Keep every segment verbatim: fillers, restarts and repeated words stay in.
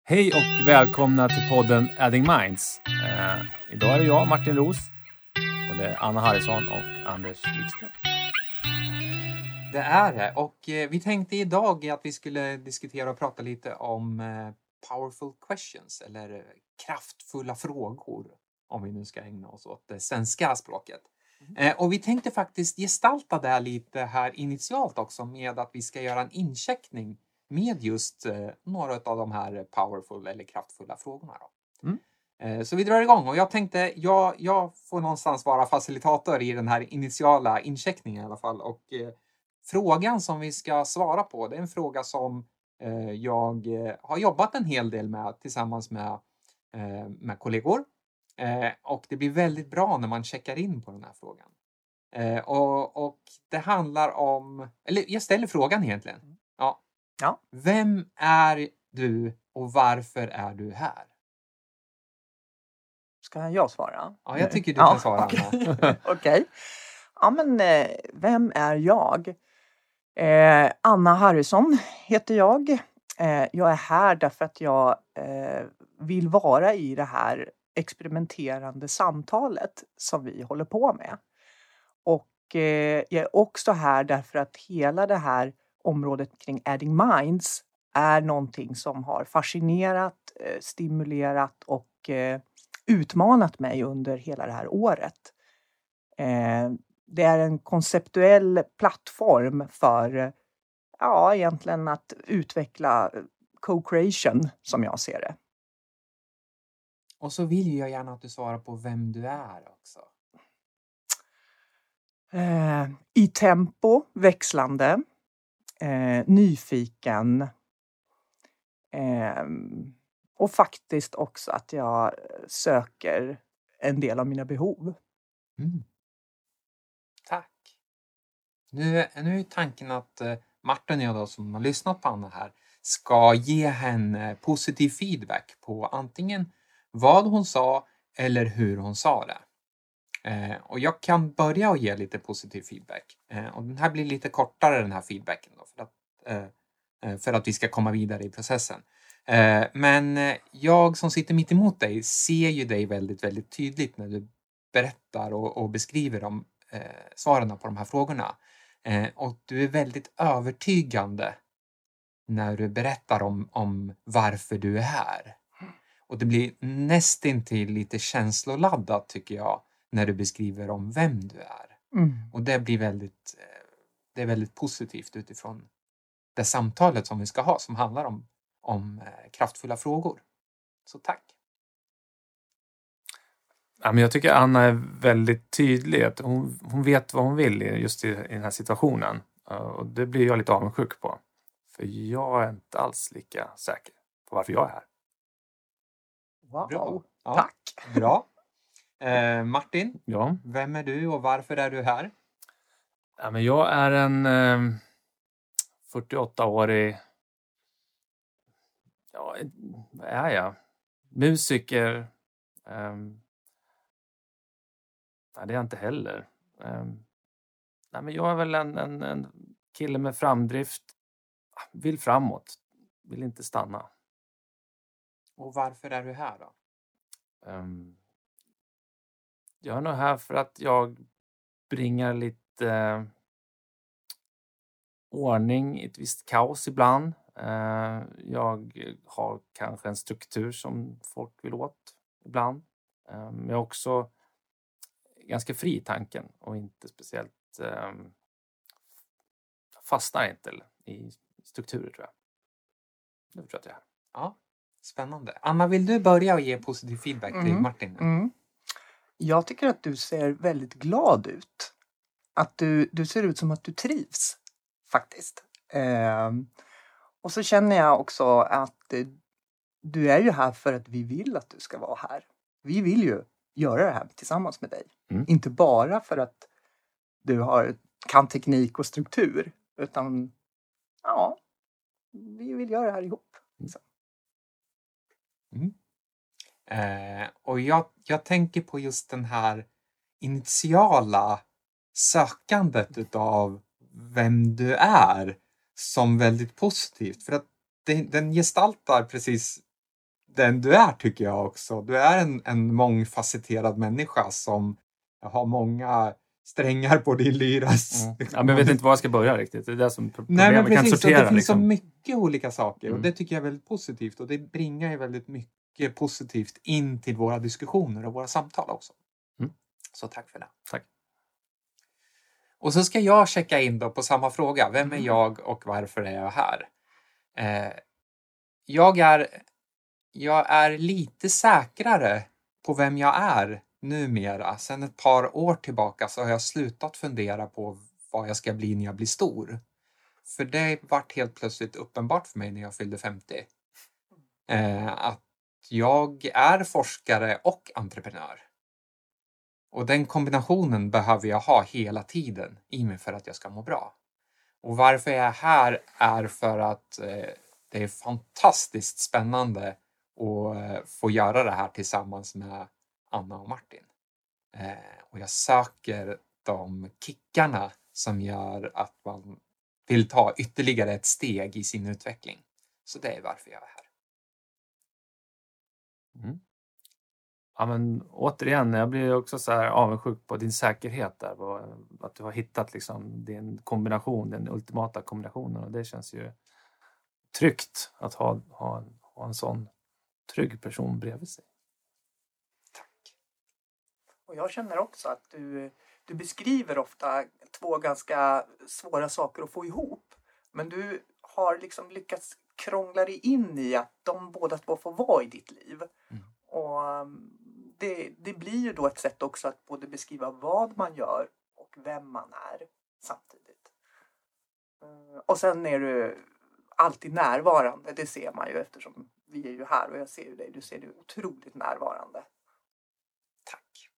Hej och välkomna till podden Adding Minds. Eh, idag är det jag, Martin Roos, och det är Anna Harrison och Anders Wikström. Det är det, och eh, vi tänkte idag att vi skulle diskutera och prata lite om eh, powerful questions, eller eh, kraftfulla frågor, om vi nu ska ägna oss åt det svenska språket. Mm. Eh, och vi tänkte faktiskt gestalta det lite här initialt också med att vi ska göra en incheckning med just eh, några av de här powerful eller kraftfulla frågorna då. Mm. Eh, så vi drar igång, och jag tänkte, jag, jag får någonstans vara facilitator i den här initiala incheckningen i alla fall, och eh, frågan som vi ska svara på, det är en fråga som eh, jag eh, har jobbat en hel del med tillsammans med, eh, med kollegor. Eh, och det blir väldigt bra när man checkar in på den här frågan. Eh, och, och det handlar om, eller jag ställer frågan egentligen. Ja. Ja. Vem är du och varför är du här? Ska jag svara? Ja, jag tycker du ja, kan svara. Okej. Okay. okay. Ja, men eh, vem är jag? Eh, Anna Harrison heter jag. Eh, jag är här därför att jag eh, vill vara i det här experimenterande samtalet som vi håller på med. Och eh, jag är också här därför att hela det här området kring Adding Minds är någonting som har fascinerat, eh, stimulerat och eh, utmanat mig under hela det här året. Eh, det är en konceptuell plattform för, ja, egentligen att utveckla co-creation som jag ser det. Och så vill jag gärna att du svarar på vem du är också. Eh, I tempo, växlande, eh, nyfiken eh, och faktiskt också att jag söker en del av mina behov. Mm. Tack. Nu, nu är tanken att eh, Martin och jag då, som har lyssnat på Anna här, ska ge henne positiv feedback på antingen vad hon sa eller hur hon sa det. Eh, och jag kan börja och ge lite positiv feedback. Eh, och den här blir lite kortare, den här feedbacken då, för att, eh, för att vi ska komma vidare i processen. Eh, men eh, jag som sitter mitt emot dig ser ju dig väldigt, väldigt tydligt när du berättar och, och beskriver de eh, svaren på de här frågorna. Eh, och du är väldigt övertygande när du berättar om, om varför du är här. Och det blir nästintill lite känsloladdat, tycker jag, när du beskriver om vem du är. Mm. Och det blir väldigt, det är väldigt positivt utifrån det samtalet som vi ska ha, som handlar om, om kraftfulla frågor. Så tack. Ja, men jag tycker Anna är väldigt tydlig. Att hon, hon vet vad hon vill just i, i den här situationen. Och det blir jag lite avundsjuk på. För jag är inte alls lika säker på varför jag är här. Wow. Bra. Ja, tack. Bra. Eh, Martin, ja. Vem är du och varför är du här? Ja, men jag är en eh, fyrtioåttaårig, ja, vad är jag? Musiker. Eh, nej, det är jag inte heller. Eh, nej, men jag är väl en, en, en kille med framdrift. Vill framåt. Vill inte stanna. Och varför är du här då? Um, jag är nog här för att jag bringar lite uh, ordning i ett visst kaos ibland. Uh, jag har kanske en struktur som folk vill åt ibland. Um, jag är också ganska fri i tanken och inte speciellt um, fastnar inte i strukturer, tror jag. Det tror jag att jag är. Ja. Spännande. Anna, vill du börja och ge positiv feedback till mm. Martin? Mm. Jag tycker att du ser väldigt glad ut. Att du, du ser ut som att du trivs, faktiskt. Eh, och så känner jag också att eh, du är ju här för att vi vill att du ska vara här. Vi vill ju göra det här tillsammans med dig. Mm. Inte bara för att du har, kan teknik och struktur, utan ja, vi vill göra det här ihop. Så. Mm. Eh, och jag, jag tänker på just den här initiala sökandet utav vem du är som väldigt positivt. För att det, den gestaltar precis den du är, tycker jag också. Du är en, en mångfacetterad människa som har många strängar på din lyra. Mm. Ja, men jag vet inte var jag ska börja riktigt. Det är det som problemet. Nej, men precis. Kan sortera, det finns liksom. så mycket olika saker. Mm. Och det tycker jag är väldigt positivt. Och det bringar ju väldigt mycket positivt in till våra diskussioner och våra samtal också. Mm. Så tack för det. Tack. Och så ska jag checka in då på samma fråga. Vem är jag och varför är jag här? Eh, jag, är, jag är lite säkrare på vem jag är numera. Sen ett par år tillbaka så har jag slutat fundera på vad jag ska bli när jag blir stor. För det vart helt plötsligt uppenbart för mig när jag fyllde femtio. Eh, att jag är forskare och entreprenör. Och den kombinationen behöver jag ha hela tiden i mig för att jag ska må bra. Och varför jag är här är för att eh, det är fantastiskt spännande att eh, få göra det här tillsammans med Anna och Martin. Eh, och jag söker de kickarna som gör att man vill ta ytterligare ett steg i sin utveckling. Så det är varför jag är här. Mm. Ja, men återigen, jag blir också så här avundsjuk på din säkerhet där. Att du har hittat liksom din kombination, den ultimata kombinationen. Och det känns ju tryggt att ha, ha, ha en sån trygg person bredvid sig. Tack. Och jag känner också att du, du beskriver ofta två ganska svåra saker att få ihop. Men du har liksom lyckats krångla dig in i att de båda två får vara i ditt liv. Mm. Och det, det blir ju då ett sätt också att både beskriva vad man gör och vem man är samtidigt. Och sen är du alltid närvarande, det ser man ju eftersom vi är ju här och jag ser ju dig, du ser dig otroligt närvarande. Tack.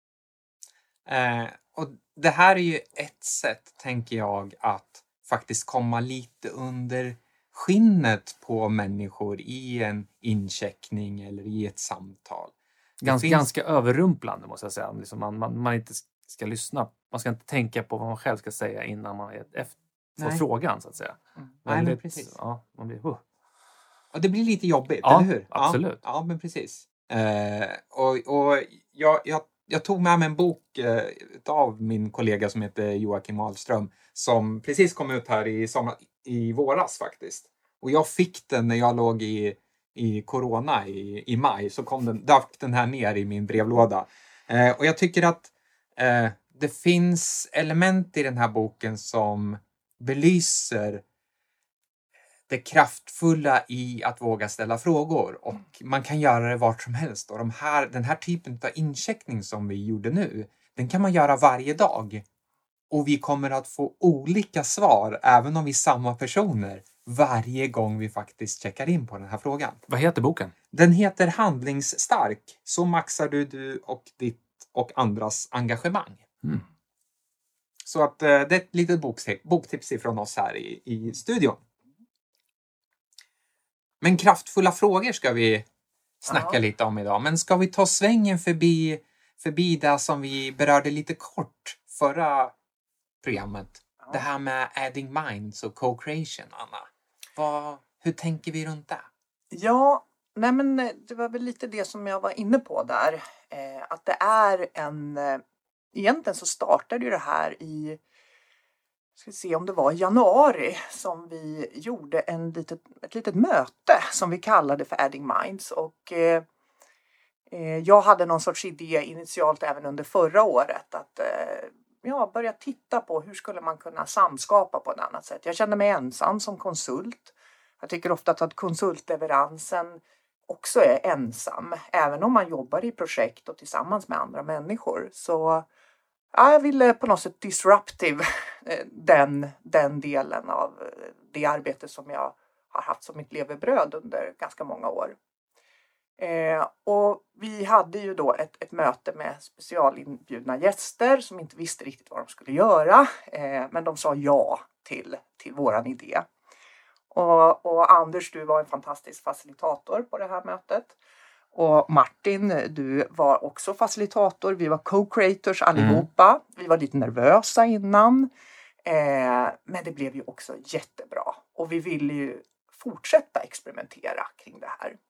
Eh, och det här är ju ett sätt, tänker jag, att faktiskt komma lite under skinnet på människor i en incheckning eller i ett samtal. Gans, finns... Ganska överrumplande måste jag säga. Liksom man, man, man inte ska lyssna. Man ska inte tänka på vad man själv ska säga innan man är efter, får frågan så att säga. Mm. Nej, Väldigt, men precis. Ja, man blir, uh. Och det blir lite jobbigt, ja, eller hur? Absolut. Ja, ja men precis. Eh, och och jag, jag, jag tog med mig en bok eh, av min kollega som heter Joakim Ahlström som precis kom ut här i, sommar, i våras faktiskt. Och jag fick den när jag låg i, i corona i, i maj. Så kom den, dök den här ner i min brevlåda. Eh, och jag tycker att eh, det finns element i den här boken som belyser det kraftfulla i att våga ställa frågor. Och man kan göra det vart som helst. Och de här, den här typen av incheckning som vi gjorde nu, den kan man göra varje dag. Och vi kommer att få olika svar, även om vi är samma personer, varje gång vi faktiskt checkar in på den här frågan. Vad heter boken? Den heter Handlingsstark. Så maxar du du och ditt och andras engagemang. Mm. Så att eh, det är ett litet boktips, boktips ifrån oss här i, i studion. Men kraftfulla frågor ska vi snacka ja. lite om idag. Men ska vi ta svängen förbi, förbi det som vi berörde lite kort förra programmet? Ja. Det här med adding minds och co-creation, Anna. Vad, hur tänker vi runt det? Ja, nej men det var väl lite det som jag var inne på där. Eh, att det är en... Eh, egentligen så startade ju det här i... Ska se om det var i januari som vi gjorde en litet, ett litet möte som vi kallade för Adding Minds. Och eh, jag hade någon sorts idé initialt även under förra året att eh, ja, börja titta på hur skulle man kunna samskapa på ett annat sätt. Jag kände mig ensam som konsult. Jag tycker ofta att konsultleveransen också är ensam. Även om man jobbar i projekt och tillsammans med andra människor. Så ja, jag ville på något sätt disruptive den, den delen av det arbete som jag har haft som mitt levebröd under ganska många år. Eh, och vi hade ju då ett, ett möte med specialinbjudna gäster som inte visste riktigt vad de skulle göra. Eh, men de sa ja till, till våran idé. Och, och Anders, du var en fantastisk facilitator på det här mötet. Och Martin, du var också facilitator. Vi var co-creators allihopa. Mm. Vi var lite nervösa innan. Eh, men det blev ju också jättebra. Och vi ville ju fortsätta experimentera kring det här.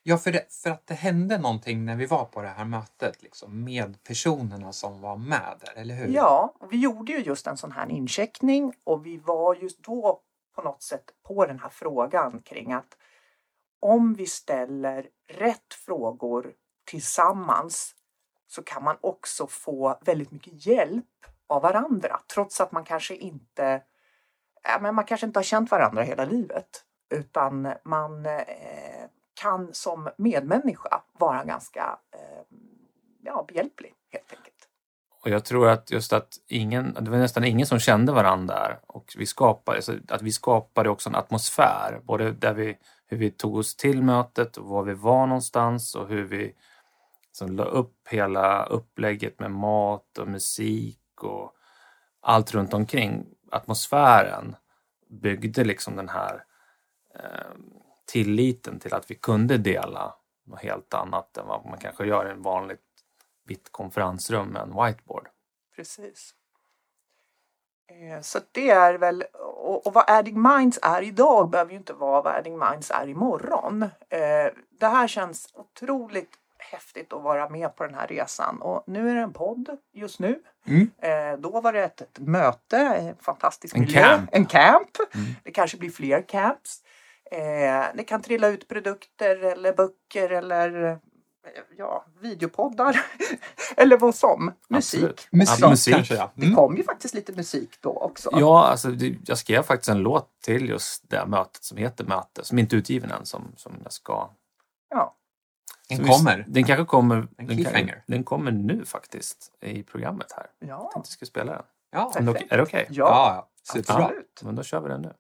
Ja, för, det, för att det hände någonting när vi var på det här mötet liksom, med personerna som var med där, eller hur? Ja, vi gjorde ju just en sån här incheckning och vi var just då på något sätt på den här frågan kring att om vi ställer rätt frågor tillsammans så kan man också få väldigt mycket hjälp av varandra. Trots att man kanske inte, ja, men man kanske inte har känt varandra hela livet. Utan man eh, kan som medmänniska vara ganska eh, ja, behjälplig helt enkelt. Och jag tror att just att ingen, det var nästan ingen som kände varandra där. Och vi skapade, alltså att vi skapade också en atmosfär. Både där vi, hur vi tog oss till mötet och var vi var någonstans. Och hur vi som la upp hela upplägget med mat och musik och allt runt omkring. Atmosfären byggde liksom den här eh, tilliten till att vi kunde dela något helt annat än vad man kanske gör i en vanligt vitt konferensrum med en whiteboard. Precis. Eh, så det är väl, och, och vad Adding Minds är idag behöver ju inte vara vad Adding Minds är imorgon. Eh, det här känns otroligt häftigt att vara med på den här resan. Och nu är det en podd just nu. Mm. Eh, då var det ett, ett möte, en fantastisk En miljö. camp. En camp. Mm. Det kanske blir fler camps. Eh, det kan trilla ut produkter eller böcker eller eh, ja, videopoddar. Eller vad som. Musik. Absolut. Musik, Ja, musik. kanske, ja. Det Mm. kom ju faktiskt lite musik då också. Ja, alltså det, jag skrev faktiskt en låt till just det här mötet som heter Möte. Som inte är utgiven än, som, som jag ska... Ja. Den Så kommer. Visst, den kanske kommer... En Den, kan, cliffhanger. den kommer nu faktiskt i programmet här. Jag Ja, tänkte jag skulle spela den. Ja, Är det okej? Är det okej? ja, ja, ja. Superbra. absolut. Men då kör vi den nu.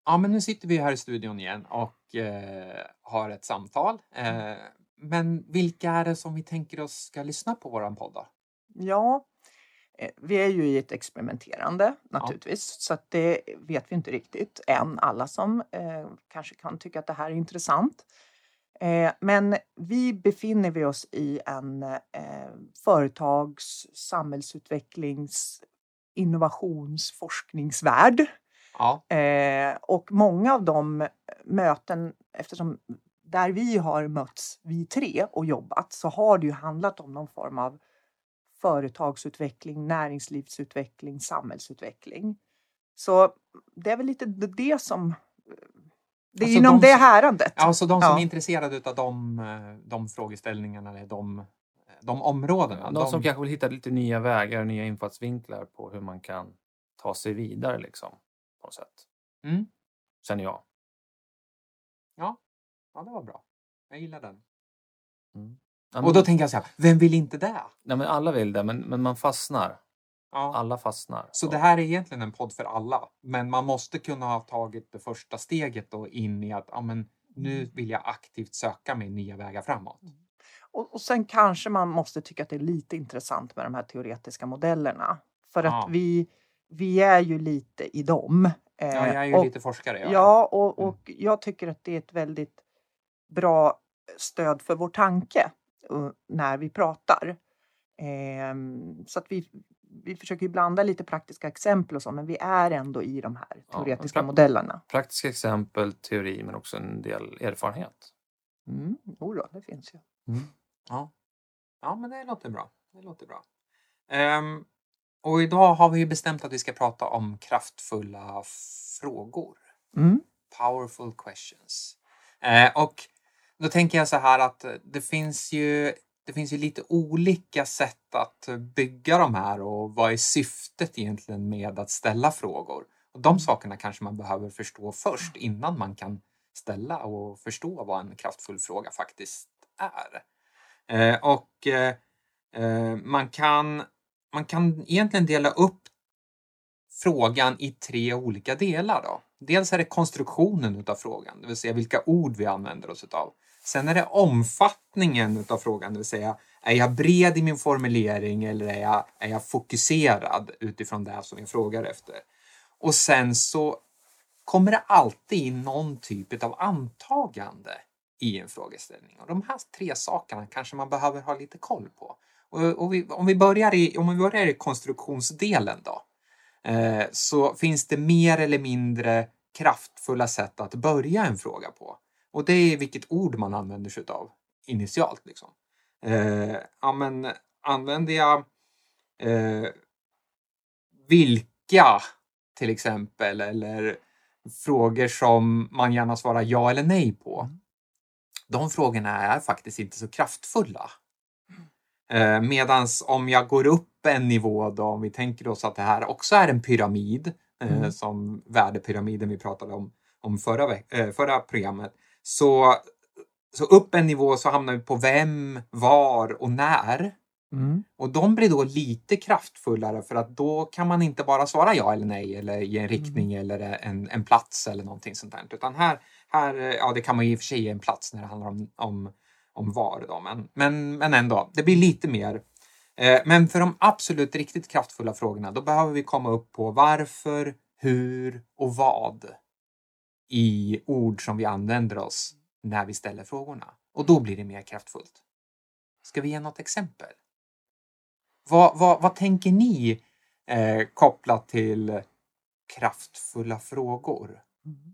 Ja, men nu sitter vi här i studion igen och eh, har ett samtal. Eh, men vilka är det som vi tänker oss ska lyssna på våran podd då? Ja, eh, vi är ju i ett experimenterande naturligtvis. Så att det vet vi inte riktigt än. Alla som eh, kanske kan tycka att det här är intressant. Eh, men vi befinner vi oss i en eh, företags-, samhällsutvecklings-, innovationsforskningsvärld. Ja. Eh, och många av de möten, eftersom där vi har mötts, vi tre, och jobbat, så har det ju handlat om någon form av företagsutveckling, näringslivsutveckling, samhällsutveckling. Så det är väl lite det som... Det är alltså inom de det som, härandet. Alltså de som Ja. är intresserade av de, de frågeställningarna eller de, de områdena. De, de som kanske vill hitta lite nya vägar, nya infallsvinklar på hur man kan ta sig vidare liksom, på något sätt. Mm. Känner jag. Ja, ja, det var bra. Jag gillar den. Mm. Ja, och då tänker jag så här, vem vill inte det? Nej, men alla vill det, men, men man fastnar. Ja. Alla fastnar. Så det här är egentligen en podd för alla. Men man måste kunna ha tagit det första steget då in i att ja, men nu vill jag aktivt söka mig nya vägar framåt. Och, och sen kanske man måste tycka att det är lite intressant med de här teoretiska modellerna. För Ja. att vi, vi är ju lite i dem. Ja, jag är ju och, lite forskare. Ja, ja och, Mm. och jag tycker att det är ett väldigt bra stöd för vår tanke uh, när vi pratar. Ehm, så att vi, vi försöker ju blanda lite praktiska exempel och så, men vi är ändå i de här teoretiska Ja, pra- modellerna. Praktiska exempel, teori, men också en del erfarenhet. Mm, jo då, det finns ju. Mm. Ja. ja, men det låter bra. Det låter bra. Um, och idag har vi ju bestämt att vi ska prata om kraftfulla frågor. Mm. Powerful questions. Uh, och då tänker jag så här att det finns ju det finns ju lite olika sätt att bygga de här och vad är syftet egentligen med att ställa frågor. Och de sakerna kanske man behöver förstå först innan man kan ställa och förstå vad en kraftfull fråga faktiskt är. Eh, och eh, man kan man kan egentligen dela upp frågan i tre olika delar då. Dels är det konstruktionen utav frågan, det vill säga vilka ord vi använder oss utav. Sen är det omfattningen utav frågan, det vill säga är jag bred i min formulering eller är jag, är jag fokuserad utifrån det som jag frågar efter. Och sen så kommer det alltid in någon typ av antagande i en frågeställning. Och de här tre sakerna kanske man behöver ha lite koll på. Och, och vi, om, vi börjar i, om vi börjar i konstruktionsdelen då. Eh, så finns det mer eller mindre kraftfulla sätt att börja en fråga på. Och det är vilket ord man använder sig av initialt. Liksom. Eh, ja, men använder jag eh, vilka till exempel eller frågor som man gärna svarar ja eller nej på. De frågorna är faktiskt inte så kraftfulla. Eh, medans om jag går upp en nivå då, om vi tänker oss att det här också är en pyramid eh, mm. som värdepyramiden vi pratade om, om förra, eh, förra programmet. Så, så upp en nivå så hamnar vi på vem, var och när. Mm. Och de blir då lite kraftfullare för att då kan man inte bara svara ja eller nej eller ge en riktning mm. eller en, en plats eller någonting sånt där. Utan här, här, ja det kan man ju i och för sig ge en plats när det handlar om, om, om var då. Men, men, men ändå, det blir lite mer. Eh, men för de absolut riktigt kraftfulla frågorna då behöver vi komma upp på varför, hur och vad i ord som vi använder oss när vi ställer frågorna. Och då blir det mer kraftfullt. Ska vi ge något exempel? Vad, vad, vad tänker ni eh, kopplat till kraftfulla frågor? Mm.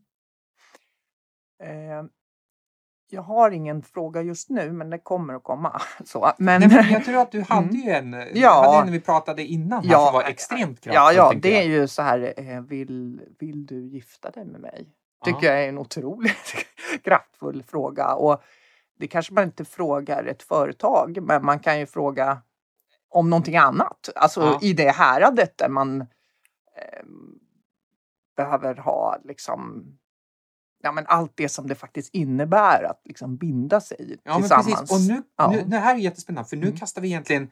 Eh, jag har ingen fråga just nu, men det kommer att komma. Så, men... Nej, men jag tror att du hade mm. ju en, du ja. hade en när vi pratade innan här ja, som var extremt kraftfull. Ja, ja det är ju så här, eh, vill, vill du gifta dig med mig? Tycker Aha. jag är en otroligt kraftfull fråga. Och det kanske man inte frågar ett företag, men man kan ju fråga om någonting annat. Alltså ja. i det häradet där man eh, behöver ha liksom, ja, men allt det som det faktiskt innebär att liksom binda sig ja, tillsammans. Men precis. Och nu, ja. nu, det här är jättespännande för nu mm. kastar vi egentlin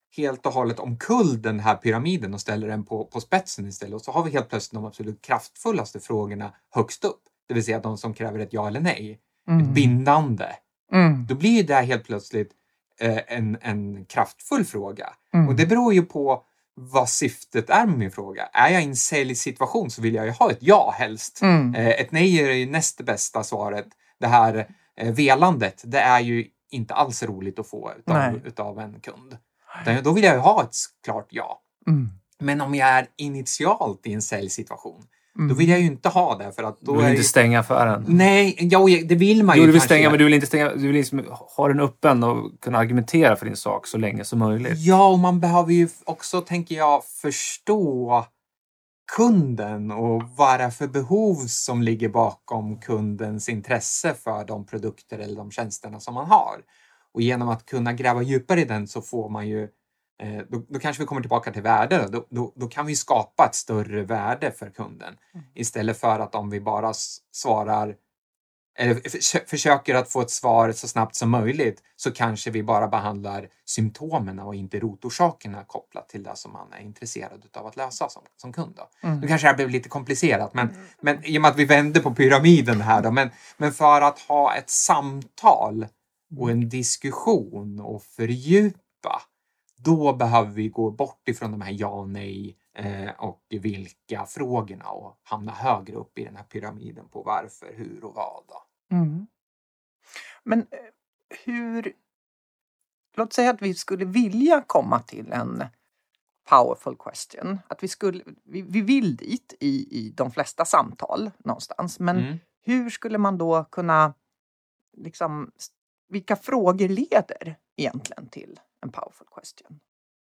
helt och hållet omkull den här pyramiden och ställer den på, på spetsen istället. Och så har vi helt plötsligt de absolut kraftfullaste frågorna högst upp. Det vill säga de som kräver ett ja eller nej. Mm. Ett bindande. Mm. Då blir det helt plötsligt eh, en, en kraftfull fråga. Mm. Och det beror ju på vad syftet är med min fråga. Är jag i en säljsituation så vill jag ju ha ett ja helst. Mm. Eh, ett nej är ju näst bästa svaret. Det här eh, velandet, det är ju inte alls roligt att få utav, utav en kund. Utan då vill jag ju ha ett klart ja. Mm. Men om jag är initialt i en säljsituation, mm. då vill jag ju inte ha det. För att då du vill är inte ju... stänga affären. Nej, ja, det vill man jo, ju. Du vill kanske. stänga, men du vill inte stänga. Du vill liksom ha den öppen och kunna argumentera för din sak så länge som möjligt. Ja, och man behöver ju också, tänker jag, förstå kunden och vad det är för behov som ligger bakom kundens intresse för de produkter eller de tjänsterna som man har. Och genom att kunna gräva djupare i den så får man ju, eh, då, då kanske vi kommer tillbaka till värde. Då, då, då kan vi skapa ett större värde för kunden. Mm. Istället för att om vi bara svarar, eller för, försöker att få ett svar så snabbt som möjligt, så kanske vi bara behandlar symptomen och inte rotorsakerna kopplat till det som man är intresserad av att lösa som, som kund. Då. Mm. Nu kanske det här blev lite komplicerat, men, mm. men i och med att vi vänder på pyramiden här då, men, men för att ha ett samtal och en diskussion och fördjupa, då behöver vi gå bort ifrån de här ja, nej eh, och vilka frågorna och hamna högre upp i den här pyramiden på varför, hur och vad. Då. Mm. Men hur, låt säga att vi skulle vilja komma till en powerful question. Att vi, skulle, vi, vi vill dit i, i de flesta samtal någonstans. Men mm. hur skulle man då kunna liksom... Vilka frågor leder egentligen till en powerful question?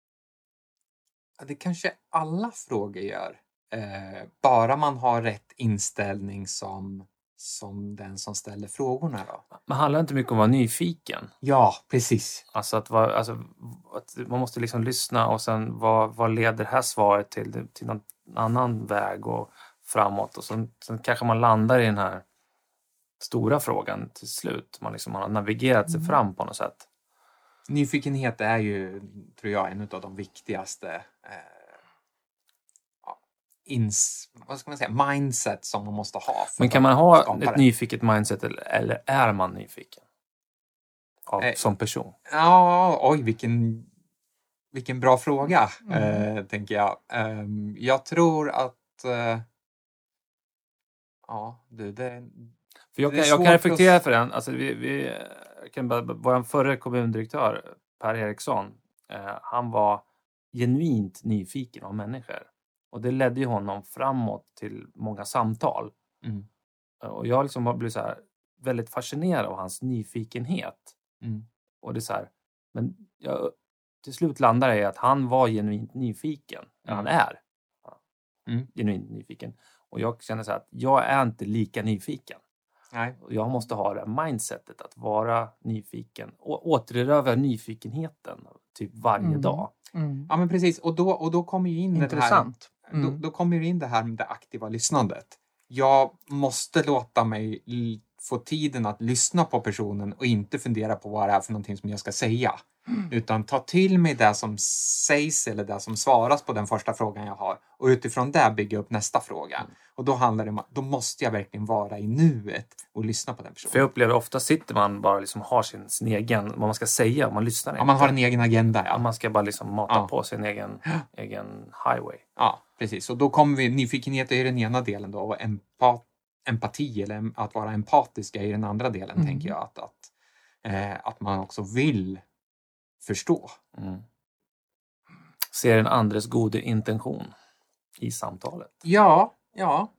Ja, det kanske alla frågor gör. Eh, bara man har rätt inställning som, som den som ställer frågorna. Då. Man handlar inte mycket om att vara nyfiken. Ja, precis. Alltså att, vara, alltså, att man måste liksom lyssna och sen vad, vad leder det här svaret till? Till någon annan väg och framåt. Och sen, sen kanske man landar i den här stora frågan till slut. Man liksom har navigerat sig mm. fram på något sätt. Nyfikenhet är ju, tror jag, en av de viktigaste eh, ins, vad ska man säga, mindset som man måste ha. För Men kan man ha ett nyfiket mindset eller är man nyfiken? Av, eh, som person? Ja, oj, vilken, vilken bra fråga, mm. eh, tänker jag. Eh, jag tror att eh, ja, det, det För jag, kan, jag kan reflektera att... för den. Alltså vi, vi, kan bara, vår förre kommundirektör, Per Eriksson, eh, han var genuint nyfiken av människor. Och det ledde ju honom framåt till många samtal. Mm. Och jag liksom har blivit så här väldigt fascinerad av hans nyfikenhet. Mm. Och det är så här, men jag, till slut landar jag i att han var genuint nyfiken. Mm. Han är mm. genuint nyfiken. Och jag känner så här att jag är inte lika nyfiken. Nej. Jag måste ha det mindsetet att vara nyfiken och återerövra nyfikenheten typ varje mm. dag. Mm. Ja, men precis. Och då, och då kommer ju in Intressant. det här, mm. då, då kommer ju in det här med det aktiva lyssnandet. Jag måste låta mig l- få tiden att lyssna på personen och inte fundera på vad det är för någonting som jag ska säga. Mm. Utan ta till mig det som sägs eller det som svaras på den första frågan jag har. Och utifrån det bygga upp nästa fråga. Mm. Och då handlar det om att då måste jag verkligen vara i nuet och lyssna på den personen. För jag upplever ofta sitter man bara liksom har sin, sin egen, vad man ska säga, man lyssnar inte. Ja, man har en egen agenda. Ja. Man ska bara liksom mata ja. på sin egen, ja. egen highway. Ja, precis. Och då kommer vi, nyfikenhet är den ena delen då. Och empat, empati eller att vara empatiska i den andra delen, mm. tänker jag. Att, att, eh, att man också vill förstå. Mm. Ser den andres goda intention i samtalet. Ja, ja.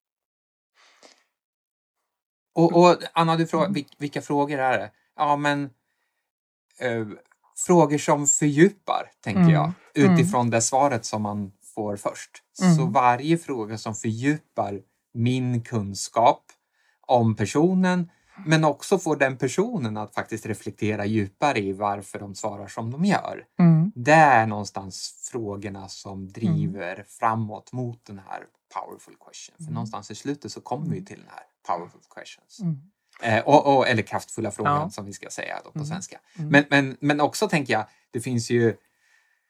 Och, och Anna, du frågar, vilka frågor är det? Ja, men eh, frågor som fördjupar, tänker mm. jag. Utifrån mm. det svaret som man får först. Mm. Så varje fråga som fördjupar min kunskap om personen, men också får den personen att faktiskt reflektera djupare i varför de svarar som de gör. Mm. Det är någonstans frågorna som driver mm. framåt mot den här powerful question. För mm. någonstans i slutet så kommer vi till den här powerful questions. Mm. Eh, och, och, eller kraftfulla frågan ja. som vi ska säga då på mm. svenska. Mm. Men, men, men också tänker jag, det finns ju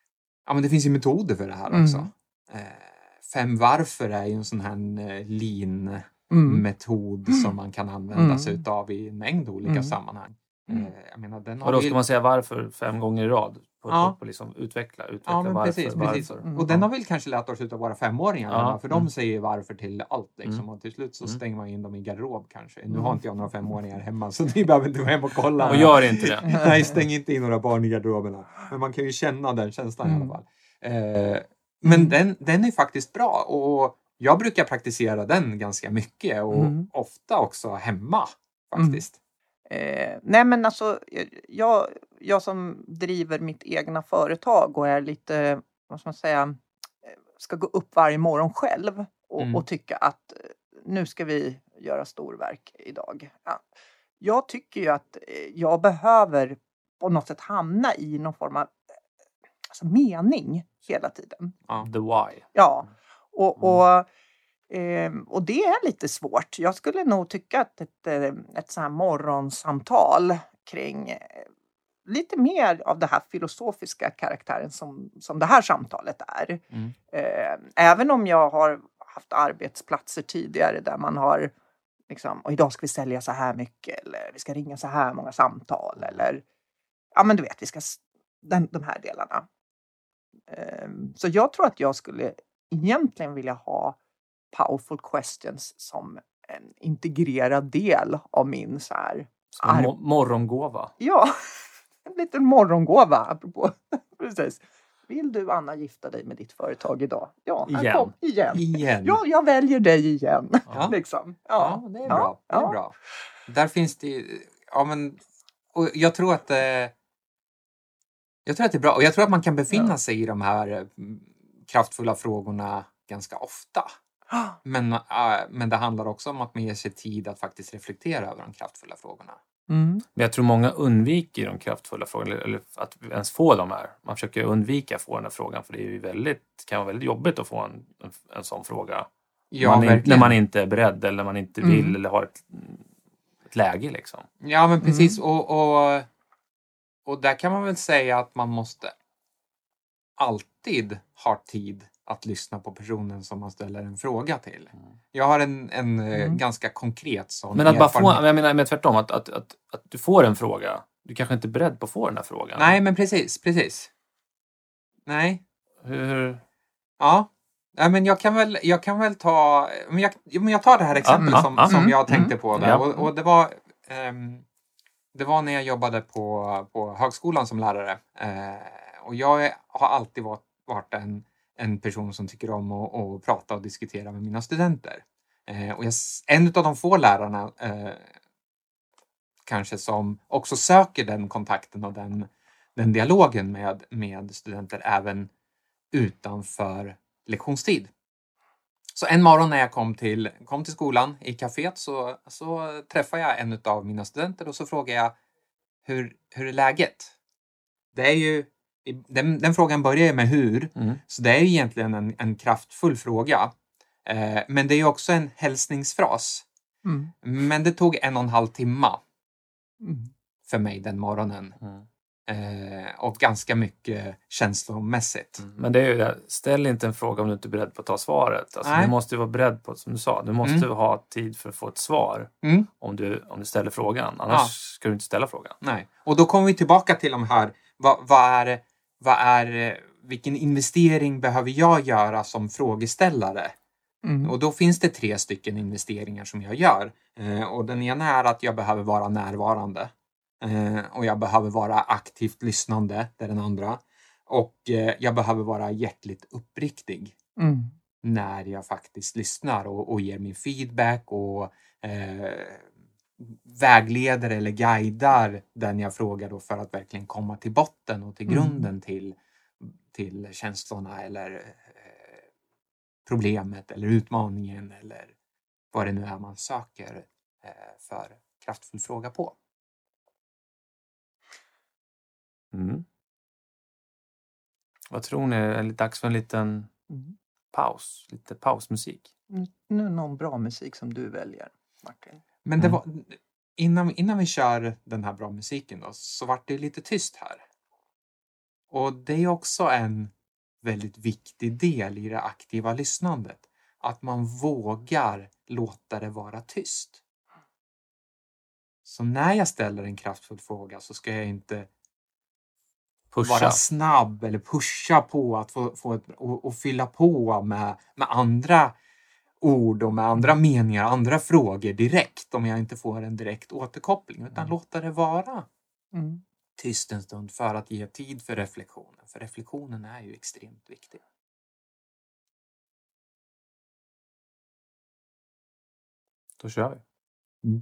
ja, men det finns ju metoder för det här Mm. också. Eh, fem varför är ju en sån här eh, lean Mm. metod som man kan använda Mm. sig utav i en mängd olika Mm. sammanhang. Mm. Eh, jag menar, den har Och då vi- ska man säga varför fem gånger i rad? På, Ja. på, på liksom utveckla, utveckla Ja, men varför, precis, varför. precis. Mm. Och den har vi kanske lärt oss utav våra femåringar. Ja. För de Mm. säger varför till allt. Liksom. Mm. Och till slut så Mm. stänger man in dem i garderob kanske. Nu Mm. har inte jag några femåringar hemma så ni behöver inte gå hem och kolla. Och gör inte det. Nej, stäng inte in några barn i garderoberna. Men man kan ju känna den känslan Mm. i alla fall. Eh, men Mm. den, den är faktiskt bra. Och jag brukar praktisera den ganska mycket. Och Mm. ofta också hemma faktiskt. Eh, nej men alltså, jag, jag som driver mitt egna företag och är lite, vad ska man säga, ska gå upp varje morgon själv och, Mm. och tycka att eh, nu ska vi göra storverk idag. Ja. Jag tycker ju att eh, jag behöver på något sätt hamna i någon form av eh, alltså mening hela tiden. Ja. The why. Ja, och, Mm. och, eh, och det är lite svårt. Jag skulle nog tycka att ett, eh, ett så här morgonsamtal kring eh, lite mer av det här filosofiska karaktären som, som det här samtalet är. Mm. Eh, även om jag har haft arbetsplatser tidigare där man har liksom, och idag ska vi sälja så här mycket eller vi ska ringa så här många samtal eller ja men du vet, vi ska s- den, de här delarna. Eh, så jag tror att jag skulle egentligen vilja ha powerful questions som en integrerad del av min så här, Som en Ar- mo- morgongåva. ja, en liten morgongåva apropå. Precis. Vill du Anna gifta dig med ditt företag idag? Ja, här Igen. kom igen. Igen. Ja, jag väljer dig igen. Ja. Liksom. Ja, Ja, det är ja, bra. Det är ja. bra. Där finns det ja men och jag tror att eh, jag tror att det är bra och jag tror att man kan befinna Ja. sig i de här eh, kraftfulla frågorna ganska ofta. Men, äh, men det handlar också om att man ger sig tid att faktiskt reflektera över de kraftfulla frågorna. Mm. Men jag tror många undviker de kraftfulla frågorna, eller- eller att ens få dem här. Man försöker undvika att få den här frågan, för det är ju väldigt, kan vara väldigt jobbigt att få en, en, en sån fråga. Ja, man in, verkligen. när man inte är beredd, eller man inte Mm. vill, eller har ett, ett läge liksom. Ja, men precis. Mm. Och, och, och där kan man väl säga att man måste alltid ha tid att lyssna på personen som man ställer en fråga till. Jag har en, en eh, Mm. ganska konkret sån Men att bara få, erfarenhet. jag menar, men tvärtom, att, att, att, att du får en fråga. Du kanske inte är beredd på att få den här frågan. Nej, men precis, precis. Nej, Hur, ja. Nej, men jag kan väl, jag kan väl ta, men jag, ja, men jag tar det här exemplet ja, som, ja. som Mm, jag tänkte mm, på där. ja. Och, och det var, ehm, det var när jag jobbade på, på högskolan som lärare. Eh, och jag är, har alltid varit, varit en, en person som tycker om att, att prata och diskutera med mina studenter. Eh, och jag, en av de få lärarna eh, kanske som också söker den kontakten och den, den dialogen med, med studenter även utanför lektionstid. Så en morgon när jag kom till, kom till skolan i kaféet så, så träffade jag en av mina studenter och så frågade jag hur, hur är läget? Det är ju, den, den frågan börjar med hur, mm. så det är ju egentligen en, en kraftfull fråga. Eh, men det är ju också en hälsningsfras. Mm. Men det tog en och en halv timma Mm. för mig den morgonen. Mm. Eh, och ganska mycket känslomässigt. Men det är ju det, ställ inte en fråga om du inte är beredd på att ta svaret. Alltså, Nej. du måste ju vara beredd på, som du sa, du måste Mm. ha tid för att få ett svar Mm. om du, om du ställer frågan. Annars Ja. ska du inte ställa frågan. Nej. Och då kommer vi tillbaka till de här, vad, vad är, vad är, vilken investering behöver jag göra som frågeställare? Mm. Och då finns det tre stycken investeringar som jag gör. Eh, och den ena är att jag behöver vara närvarande. Eh, och jag behöver vara aktivt lyssnande, det är den andra. Och eh, jag behöver vara hjärtligt uppriktig Mm. när jag faktiskt lyssnar och, och ger min feedback och eh, vägleder eller guidar den jag frågar då för att verkligen komma till botten och till Mm. grunden till, till känslorna eller eh, problemet eller utmaningen eller vad det nu är man söker eh, för kraftfull fråga på. Mm. Vad tror ni? Är det dags för en liten Mm. paus? Lite pausmusik? Nu, nu är någon bra musik som du väljer, Martin. Men det Mm. var, innan, innan vi kör den här bra musiken då, så vart det lite tyst här. Och det är också en, väldigt viktig del i det aktiva lyssnandet. Att man vågar låta det vara tyst. Så när jag ställer en kraftfull fråga så ska jag inte pusha. Vara snabb eller pusha på att få, få ett, och, och fylla på med, med andra ord och med andra meningar, andra frågor direkt om jag inte får en direkt återkoppling. Utan mm. låta det vara mm. tyst en stund för att ge tid för reflektionen. För reflektionen är ju extremt viktig. Då kör vi. Mm.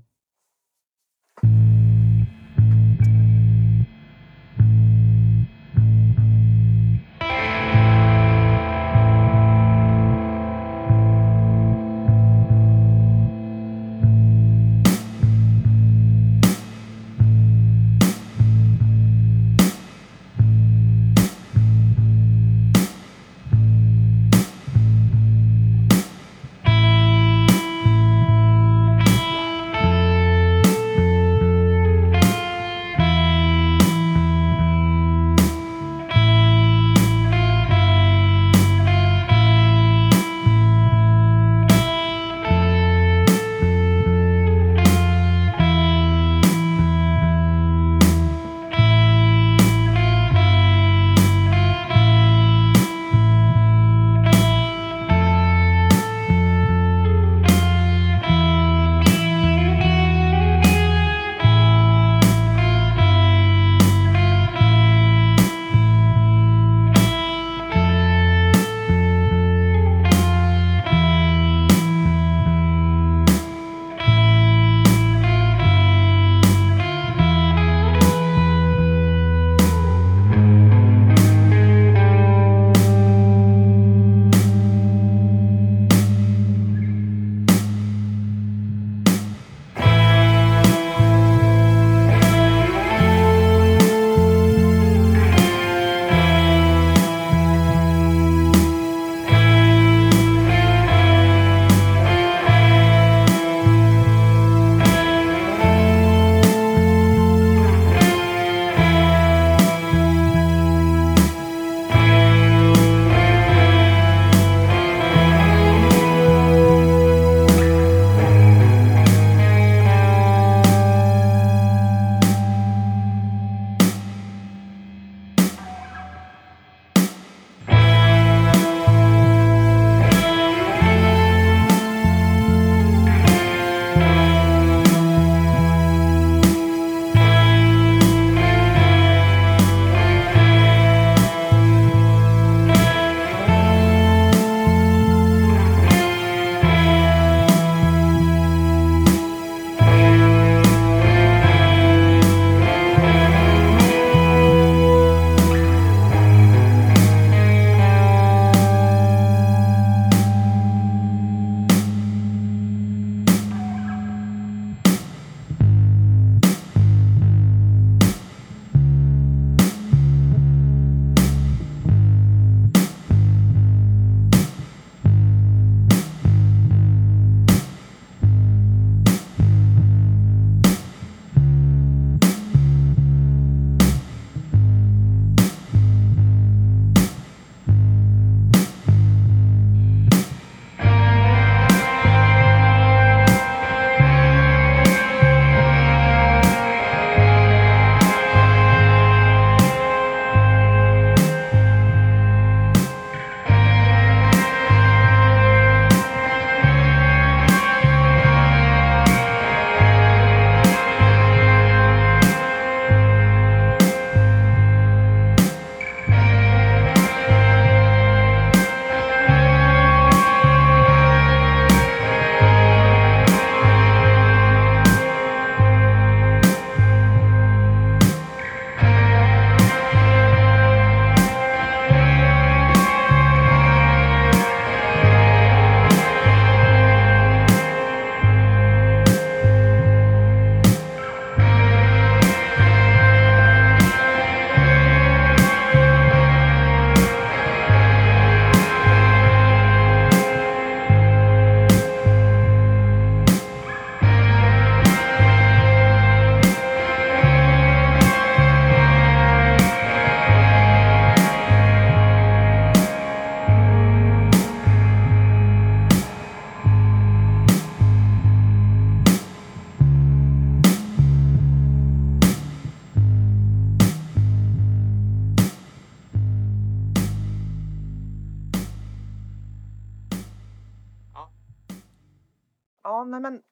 Ja, nej men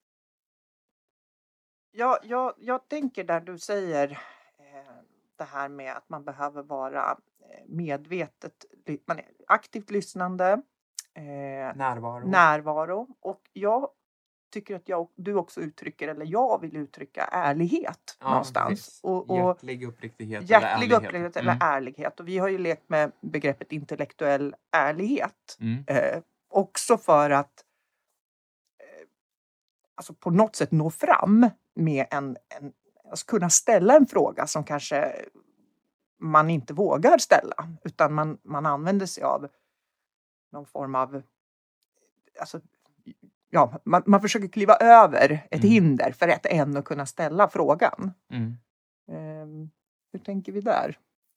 jag, jag, jag tänker där du säger eh, det här med att man behöver vara eh, medvetet, ly- man är aktivt lyssnande, eh, Närvaro. närvaro. Och jag tycker att jag, du också uttrycker, eller jag vill uttrycka ärlighet Ja, någonstans. precis. Och, och Hjärtlig uppriktighet eller hjärtlig ärlighet. uppriktighet Mm. eller ärlighet. Och vi har ju lekt med begreppet intellektuell ärlighet. Mm. Eh, också för att eh, alltså på något sätt nå fram med en, en alltså kunna ställa en fråga som kanske man inte vågar ställa, utan man, man använder sig av någon form av alltså, ja, man, man försöker kliva över ett Mm. hinder för att ändå kunna ställa frågan. Mm. Eh, hur tänker vi där?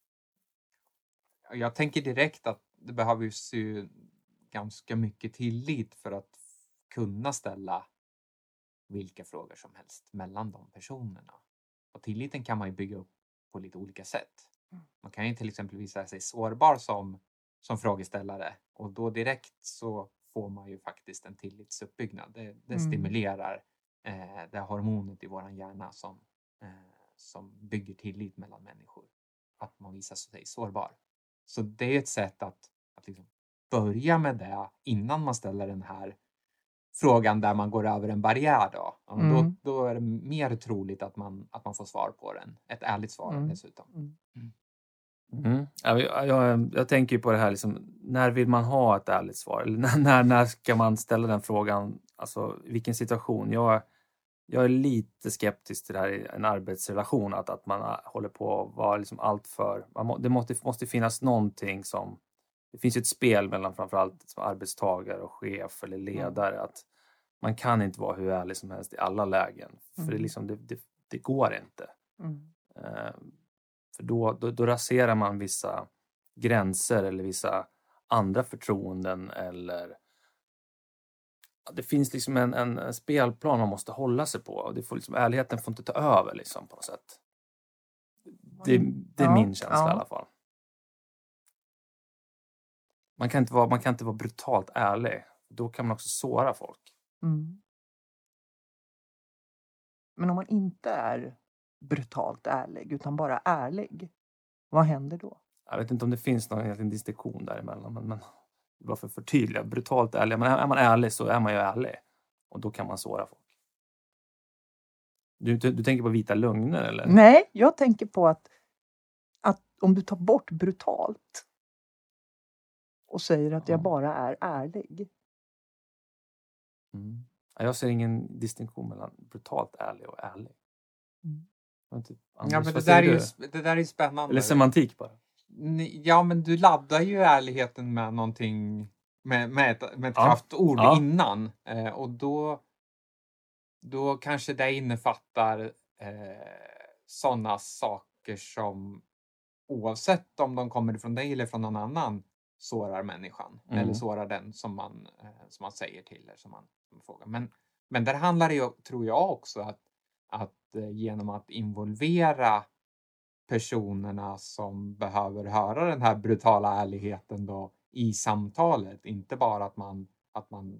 Jag tänker direkt att det behövs ju ganska mycket tillit för att kunna ställa vilka frågor som helst mellan de personerna. Och tilliten kan man ju bygga upp på lite olika sätt. Man kan ju till exempel visa sig sårbar som, som frågeställare, och då direkt så får man ju faktiskt en tillitsuppbyggnad. Det, det Mm. stimulerar eh, det hormonet i våran hjärna som, eh, som bygger tillit mellan människor. Att man visar sig sårbar. Så det är ett sätt att, att liksom börja med det innan man ställer den här frågan där man går över en barriär. Då, ja, Mm. då, då är det mer troligt att man, att man får svar på den. Ett ärligt svar Mm. dessutom. Mm. Mm. Jag, jag, jag tänker ju på det här, liksom, när vill man ha ett ärligt svar? Eller när, när, när ska man ställa den frågan? Alltså, vilken situation? Jag, jag är lite skeptisk till det här i en arbetsrelation. Att, att man håller på att vara liksom allt för... Man må, det måste, måste finnas någonting som... Det finns ju ett spel mellan framförallt som arbetstagare och chef eller ledare. Mm. Att man kan inte vara hur ärlig som helst i alla lägen. För Mm. det, liksom, det, det, det går inte. Mm. Uh, För då, då, då raserar man vissa gränser eller vissa andra förtroenden. Eller det finns liksom en, en, en spelplan man måste hålla sig på. Och det får liksom, ärligheten får inte ta över liksom, på något sätt. Det, det är Ja, min känsla ja. i alla fall. Man kan, inte vara, man kan inte vara brutalt ärlig. Då kan man också såra folk. Mm. Men om man inte är brutalt ärlig utan bara ärlig, vad händer då? Jag vet inte om det finns någon egentligen distinktion däremellan, men, men bara för att förtydliga, brutalt ärlig, men är man ärlig så är man ju ärlig, och då kan man såra folk. Du, du, du tänker på vita lögner eller? Nej, jag tänker på att, att om du tar bort brutalt och säger att Ja. jag bara är ärlig. Mm. Jag ser ingen distinktion mellan brutalt ärlig och ärlig. Mm. Inte, Ja, men det där, är ju, det där är ju spännande. Eller semantik bara. Ja, men du laddar ju ärligheten med någonting, med, med ett, med ett Ja. kraftord Ja. innan. Eh, och då, då kanske det innefattar eh, sådana saker som, oavsett om de kommer från dig eller från någon annan, sårar människan. Mm. Eller sårar den som man, eh, som man säger till eller som man, som man frågar. Men, men där handlar det ju, tror jag också, att, att eh, genom att involvera personerna som behöver höra den här brutala ärligheten då i samtalet. Inte bara att man, att man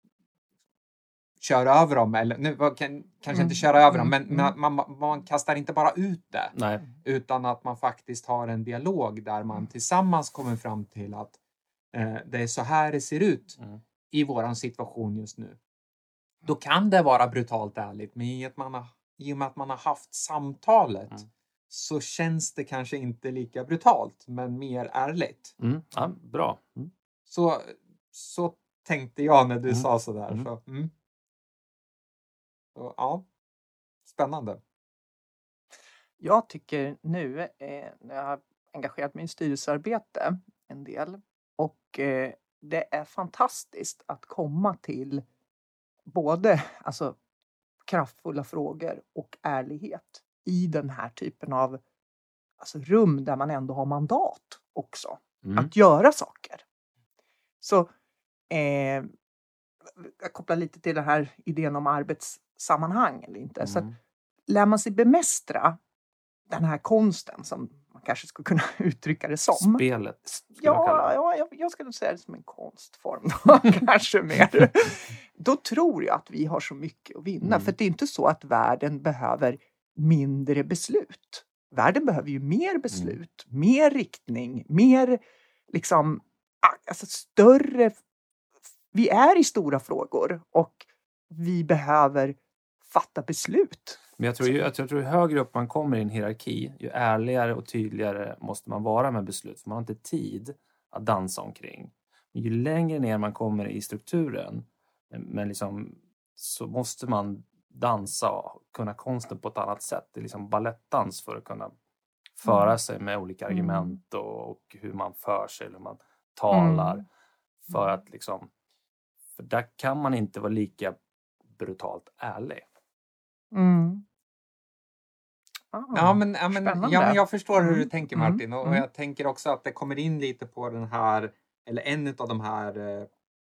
kör över dem, eller nu kan, kanske Mm. inte köra över dem, Mm. men Mm. man, man, man kastar inte bara ut det. Nej. Utan att man faktiskt har en dialog där man tillsammans kommer fram till att eh, det är så här det ser ut Mm. i våran situation just nu. Då kan det vara brutalt ärligt, men i, att man har, i och med att man har haft samtalet Mm. så känns det kanske inte lika brutalt, men mer ärligt. Mm. Ja, bra. Mm. Så, så tänkte jag när du Mm. sa sådär. Mm. Så, mm. Så, ja, spännande. Jag tycker nu, eh, när jag har engagerat mig i styrelsearbete en del, och eh, det är fantastiskt att komma till både alltså, kraftfulla frågor och ärlighet i den här typen av alltså, rum där man ändå har mandat också Mm. att göra saker. Så eh, jag kopplar lite till den här idén om arbetssammanhang eller inte. Så att, Mm. lär man sig bemästra den här konsten som man kanske skulle kunna uttrycka det som. Spelet. Ja, ja jag, jag skulle säga det som en konstform då, kanske mer. Då tror jag att vi har så mycket att vinna. Mm. För det är inte så att världen behöver mindre beslut. Världen behöver ju mer beslut, mm. mer riktning, mer liksom, alltså större. Vi är i stora frågor och vi behöver fatta beslut. Men jag tror ju jag tror ju högre upp man kommer i en hierarki, ju ärligare och tydligare måste man vara med beslut. För man har inte tid att dansa omkring. Men ju längre ner man kommer i strukturen, men liksom, så måste man dansa och kunna konsten på ett annat sätt. Det är liksom ballettdans för att kunna föra mm. sig med olika argument och, och hur man för sig, hur man talar. Mm. För att liksom, för där kan man inte vara lika brutalt ärlig. Mm. Ah, ja, men, ja, men, ja, men jag förstår hur du tänker, Martin. Och, och jag tänker också att det kommer in lite på den här, eller en av de här eh,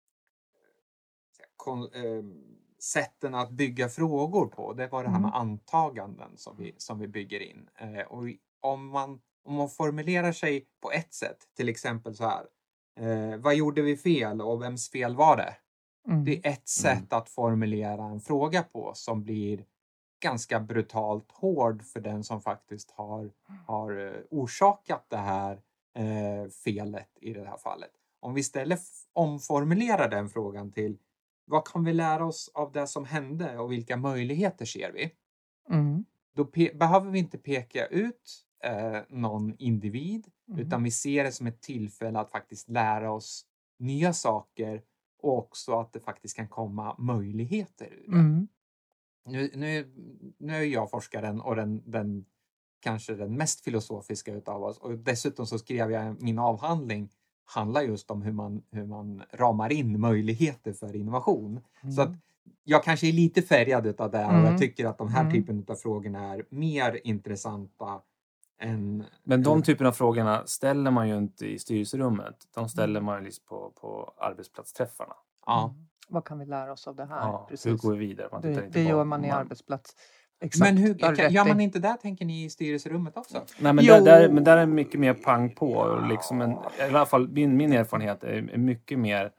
kon, eh, sätten att bygga frågor på. Det var det här med antaganden som vi, som vi bygger in. Eh, och om man, om man formulerar sig på ett sätt, till exempel så här. Eh, vad gjorde vi fel och vems fel var det? Mm. Det är ett sätt mm. att formulera en fråga på som blir ganska brutalt hård för den som faktiskt har, har orsakat det här eh, felet i det här fallet. Om vi istället omformulerar den frågan till vad kan vi lära oss av det som hände och vilka möjligheter ser vi? Mm. Då pe- behöver vi inte peka ut eh, någon individ mm. utan vi ser det som ett tillfälle att faktiskt lära oss nya saker och också att det faktiskt kan komma möjligheter ur det. Mm. Nu, nu, nu är jag forskaren och den, den kanske den mest filosofiska utav oss. Och dessutom så skrev jag min avhandling handlar just om hur man, hur man ramar in möjligheter för innovation. Mm. Så att jag kanske är lite färgad utav det mm. och jag tycker att de här mm. typen av frågorna är mer intressanta än... Men de typen av frågorna ställer man ju inte i styrelserummet. De ställer man ju på, på arbetsplatsträffarna. Ja. Mm. Vad kan vi lära oss av det här? Ja, Precis. Hur går vi vidare? Man det det gör man i man... arbetsplats. Exakt. Men hur, kan, gör man inte där, tänker ni, i styrelserummet också? Nej, men där, där, men där är mycket mer pang på. Och liksom en, i alla fall min, min erfarenhet är, är mycket mer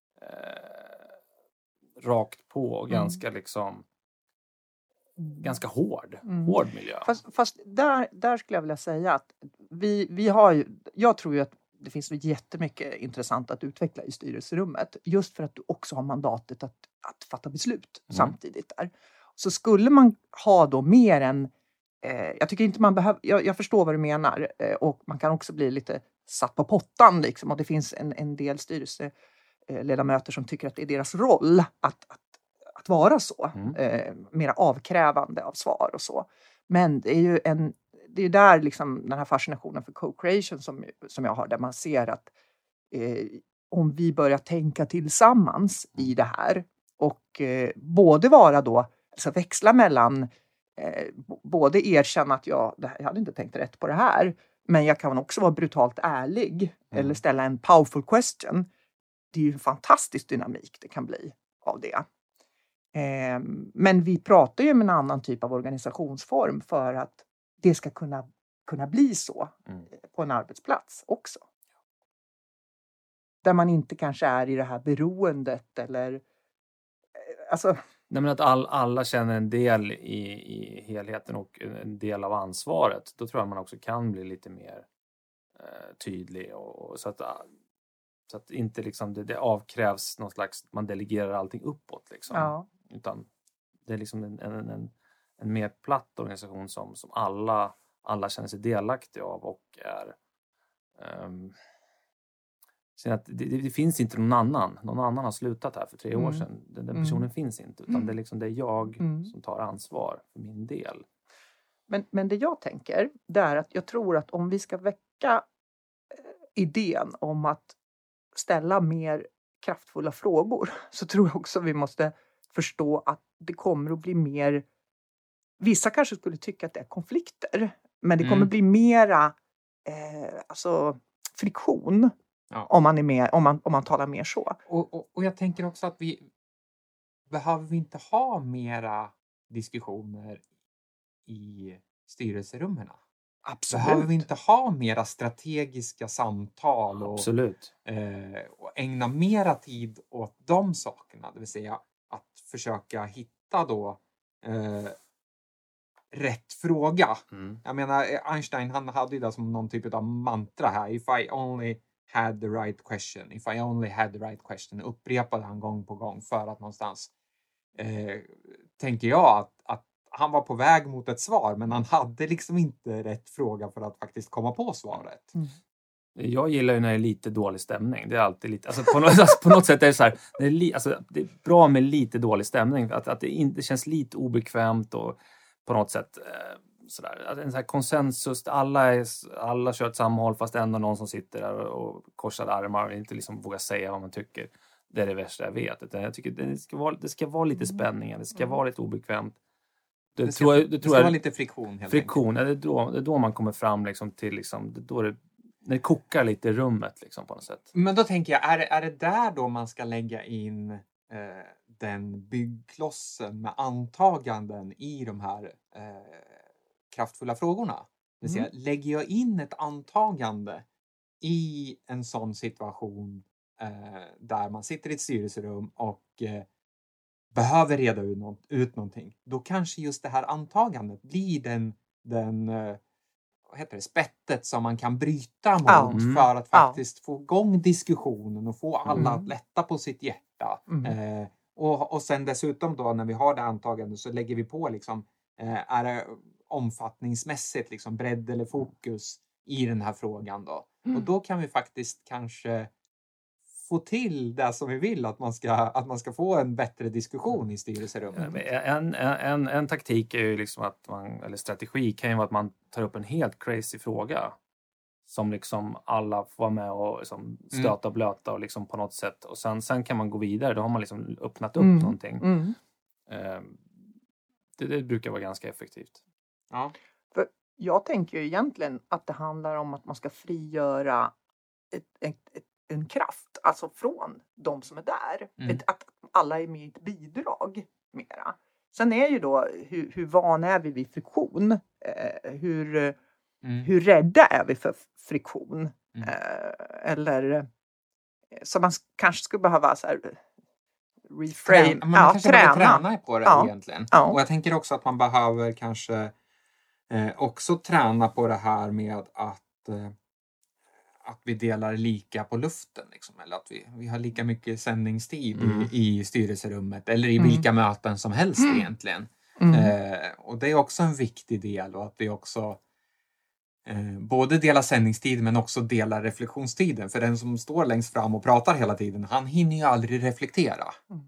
eh, rakt på och mm. ganska liksom ganska hård. Mm. Hård miljö. Fast, fast där, där skulle jag vilja säga att vi, vi har ju, jag tror ju att det finns jättemycket intressant att utveckla i styrelserummet. Just för att du också har mandatet att, att fatta beslut mm. samtidigt där. Så skulle man ha då mer än... Eh, jag tycker inte man behöver... Jag, jag förstår vad du menar. Eh, och man kan också bli lite satt på pottan. Liksom, och det finns en, en del styrelseledamöter som tycker att det är deras roll att, att, att vara så. Mm. Eh, mera avkrävande av svar och så. Men det är ju en... Det är ju där liksom den här fascinationen för co-creation som, som jag har. Där man ser att eh, om vi börjar tänka tillsammans i det här. Och eh, både vara då... Alltså växla mellan eh, både erkänna att jag, jag hade inte tänkt rätt på det här. Men jag kan också vara brutalt ärlig. Mm. Eller ställa en powerful question. Det är ju en fantastisk dynamik det kan bli av det. Eh, men vi pratar ju om en annan typ av organisationsform. För att det ska kunna, kunna bli så mm. på en arbetsplats också. Där man inte kanske är i det här beroendet. Eller eh, alltså... Nej, men att all, alla känner en del i, i helheten och en del av ansvaret. Då tror jag man också kan bli lite mer eh, tydlig. Och, och så, att, så att inte liksom det, det avkrävs någon slags... Man delegerar allting uppåt. Liksom. Ja. Utan det är liksom en, en, en, en mer platt organisation som, som alla, alla känner sig delaktiga av och är... Um, Att det, det, det finns inte någon annan. Någon annan har slutat här för tre mm. år sedan. Den, den personen mm. finns inte. Utan det är, liksom, det är jag mm. som tar ansvar för min del. Men, men det jag tänker, det är att jag tror att om vi ska väcka eh, idén om att ställa mer kraftfulla frågor. Så tror jag också vi måste förstå att det kommer att bli mer... Vissa kanske skulle tycka att det är konflikter. Men det kommer mm. bli mera eh, alltså, friktion. Ja. Om man är med, om man, om man talar mer så. Och, och, och jag tänker också att vi behöver vi inte ha mera diskussioner i styrelserummen. Absolut. Behöver vi inte ha mera strategiska samtal och, Absolut. eh, och ägna mera tid åt de sakerna? Det vill säga att försöka hitta då eh, rätt fråga. Mm. Jag menar, Einstein han hade ju det som någon typ av mantra här. If I only had the right question. If I only had the right question. Upprepade han gång på gång för att någonstans eh, tänker jag att, att han var på väg mot ett svar, men han hade liksom inte rätt fråga för att faktiskt komma på svaret. Mm. Jag gillar ju när det är lite dålig stämning. Det är alltid lite, alltså på, något, alltså på något sätt är det så här, det är, li, alltså det är bra med lite dålig stämning. Att, att det inte känns lite obekvämt och på något sätt eh, sådär. Att en sån här konsensus, alla, är, alla kör ett samma håll fast ändå någon som sitter där och, och korsar armar och inte liksom vågar säga vad man tycker. Det är det värsta jag vet. Utan jag tycker det ska vara, det ska vara lite spänning, det ska vara lite obekvämt. Det, Det ska, tror jag, det det tror ska jag, vara lite friktion helt friktion, ja, det, är då, det är då man kommer fram liksom till liksom, det är då det, när det kokar lite i rummet liksom, på något sätt. Men då tänker jag, är det, är det där då man ska lägga in eh, den byggklossen med antaganden i de här eh, kraftfulla frågorna? Det vill säga, Mm. lägger jag in ett antagande i en sån situation eh, där man sitter i ett styrelserum och eh, behöver reda ut, nå- ut någonting, då kanske just det här antagandet blir den, den eh, vad heter det, spettet som man kan bryta mot Ja. Mm. för att Ja. faktiskt få igång diskussionen och få alla Mm. att lätta på sitt hjärta. Mm. Eh, och, och sen dessutom då när vi har det antagandet så lägger vi på liksom, eh, är det omfattningsmässigt liksom bredd eller fokus i den här frågan då. Mm. Och då kan vi faktiskt kanske få till det som vi vill, att man ska, att man ska få en bättre diskussion i styrelserummet. En, en, en, en taktik är ju liksom att man, eller strategi kan ju vara att man tar upp en helt crazy fråga som liksom alla får vara med och liksom stöta och blöta och liksom på något sätt, och sen, sen kan man gå vidare, då har man liksom öppnat upp Mm. någonting. Mm. Eh, det, det brukar vara ganska effektivt. Ja. Jag tänker ju egentligen att det handlar om att man ska frigöra ett, ett, ett, en kraft, alltså från de som är där. Mm. Ett, att alla är med i ett bidrag mera. Sen är ju då, hur, hur van är vi vid friktion? Eh, hur, Mm. hur rädda är vi för friktion? Mm. Eh, eller eh, så man s- kanske skulle behöva så här, reframe, Träna, man ja, kanske behöver träna. träna på det Ja. egentligen. Ja. Och jag tänker också att man behöver kanske eh, också träna på det här med att, eh, att vi delar lika på luften. Liksom, eller att vi, vi har lika mycket sändningstid Mm. i, i styrelserummet eller i Mm. vilka möten som helst Mm. egentligen. Mm. Eh, och det är också en viktig del, och att vi också eh, både delar sändningstid men också delar reflektionstiden. För den som står längst fram och pratar hela tiden, han hinner ju aldrig reflektera.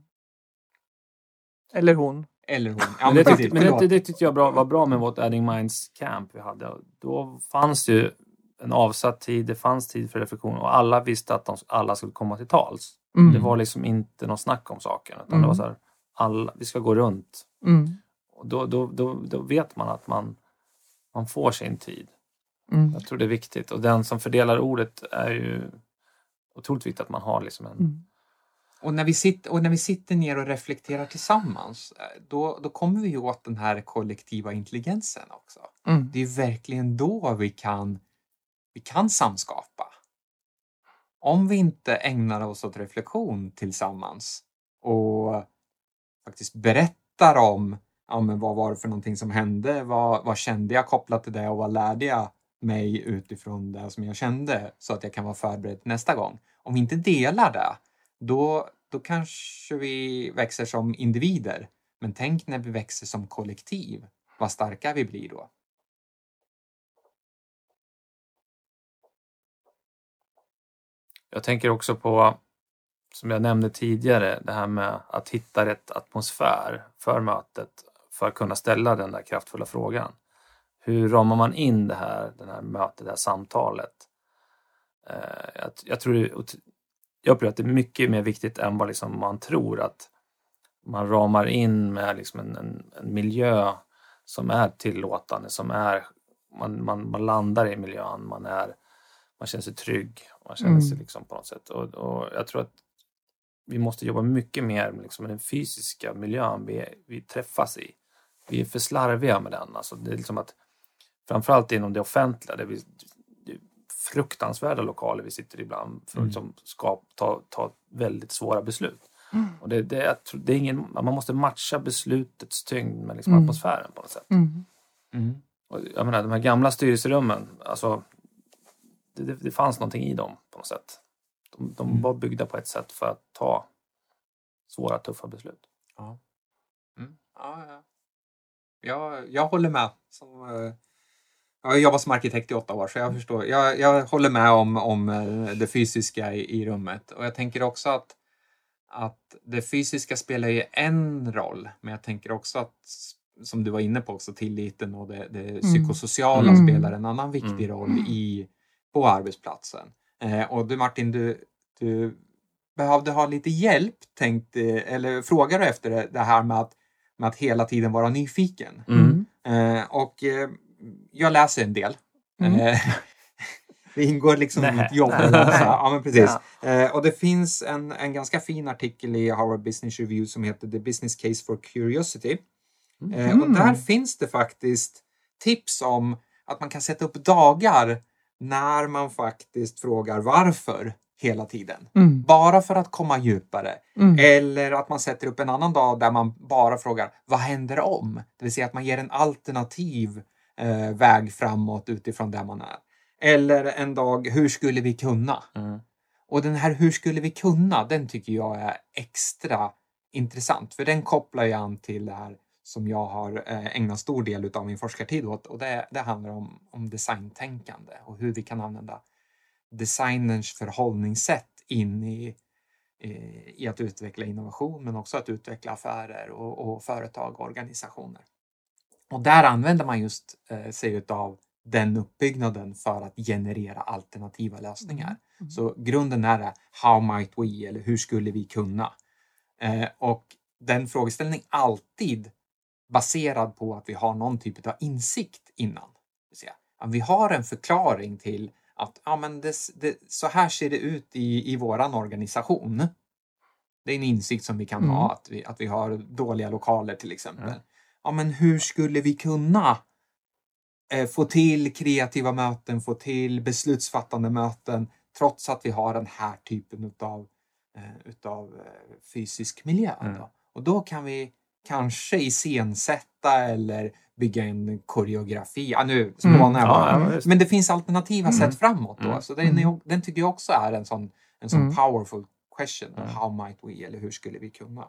Eller hon. Eller hon. Ja, Men, men det, precis, tyckte, men förlåt. det, det tyckte jag bra, var bra med vårt Adding Minds Camp vi hade. Då fanns ju en avsatt tid, det fanns tid för reflektion och alla visste att de, alla skulle komma till tals. Mm. Det var liksom inte någon snack om saken, utan Mm. det var så här, alla, vi ska gå runt. Mm. Och då, då, då, då vet man att man, man får sin tid. Mm. Jag tror det är viktigt. Och den som fördelar ordet är ju otroligt viktigt att man har liksom en... Mm. Och när, vi sitter, och när vi sitter ner och reflekterar tillsammans, eh, då, då kommer vi ju åt den här kollektiva intelligensen också. Mm. Det är verkligen då vi kan, vi kan samskapa. Om vi inte ägnar oss åt reflektion tillsammans och faktiskt berättar om, ja, men vad var det för någonting som hände, vad, vad kände jag kopplat till det och vad lärde jag mig utifrån det som jag kände så att jag kan vara förberedd nästa gång. Om vi inte delar det, då, då kanske vi växer som individer. Men tänk när vi växer som kollektiv, vad starka vi blir då. Jag tänker också på, som jag nämnde tidigare, det här med att hitta rätt atmosfär för mötet för att kunna ställa den där kraftfulla frågan. Hur ramar man in det här, det här mötet, det här samtalet? Eh, jag, jag tror det, jag upplever att det är mycket mer viktigt än vad liksom man tror, att man ramar in med liksom en, en, en miljö som är tillåtande, som är, man, man, man landar i miljön, man är, man känner sig trygg, man känner Mm. sig liksom på något sätt. Och, och jag tror att vi måste jobba mycket mer med liksom den fysiska miljön vi, vi träffas i. Vi är för slarviga med den. Alltså det är liksom att framförallt inom det offentliga, där vi, det är fruktansvärda lokaler vi sitter ibland för att Mm. liksom ska ta, ta väldigt svåra beslut. Mm. Och det, det, jag tror, det är ingen, man måste matcha beslutets tyngd med liksom Mm. atmosfären på något sätt. Mm. Mm. Och jag menar, de här gamla styrelserummen, alltså, det, det, det fanns någonting i dem på något sätt. De, de Mm. var byggda på ett sätt för att ta svåra, tuffa beslut. Ja. Mm. Ja, ja. Jag, jag håller med. Som, eh, jag har jobbat som arkitekt i åtta år, så jag förstår. Jag, jag håller med om, om eh, det fysiska i, i rummet. Och jag tänker också att, att det fysiska spelar ju en roll. Men jag tänker också att, som du var inne på också, tilliten och det, det psykosociala Mm. spelar en annan viktig Mm. roll i, på arbetsplatsen. Eh, och du Martin, du, du behövde ha lite hjälp, tänkte, eller frågar du efter det, det här med att, med att hela tiden vara nyfiken. Mm. Eh, och eh, jag läser en del. Mm. Eh, det ingår liksom i Nej, mitt jobb. nej, att läsa. nej. Ja, men precis. Ja. Eh, och det finns en, en ganska fin artikel i Harvard Business Review som heter The Business Case for Curiosity. Eh, och Mm. där finns det faktiskt tips om att man kan sätta upp dagar när man faktiskt frågar varför hela tiden. Mm. Bara för att komma djupare. Mm. Eller att man sätter upp en annan dag där man bara frågar vad händer om? Det vill säga att man ger en alternativ eh, väg framåt utifrån där man är. Eller en dag, hur skulle vi kunna? Mm. Och den här hur skulle vi kunna, den tycker jag är extra intressant. För den kopplar ju an till det här som jag har eh, ägnat stor del av min forskartid åt. Och det, det handlar om, om designtänkande och hur vi kan använda designers förhållningssätt in i, eh, i att utveckla innovation, men också att utveckla affärer och, och företag och organisationer. Och där använder man just eh, sig utav den uppbyggnaden för att generera alternativa lösningar. Mm. Så grunden är det, how might we, eller hur skulle vi kunna? Eh, och den frågeställningen alltid baserad på att vi har någon typ av insikt innan. Det vill säga, att vi har en förklaring till att ja, men det, det, så här ser det ut i, i våran organisation. Det är en insikt som vi kan Mm. ha, att vi, att vi har dåliga lokaler till exempel. Mm. Ja, men hur skulle vi kunna eh, få till kreativa möten, få till beslutsfattande möten, trots att vi har den här typen utav, eh, utav eh, fysisk miljö. Mm. Då. Och då kan vi kanske iscensätta eller bygga en koreografi. Ja, nu spånar jag Mm. bara. Ja, ja, just det. Men det finns alternativa Mm. sätt framåt då. Mm. Så den, är, Mm. den tycker jag också är en sån, en sån Mm. powerful question. Mm. How might we? Eller hur skulle vi kunna?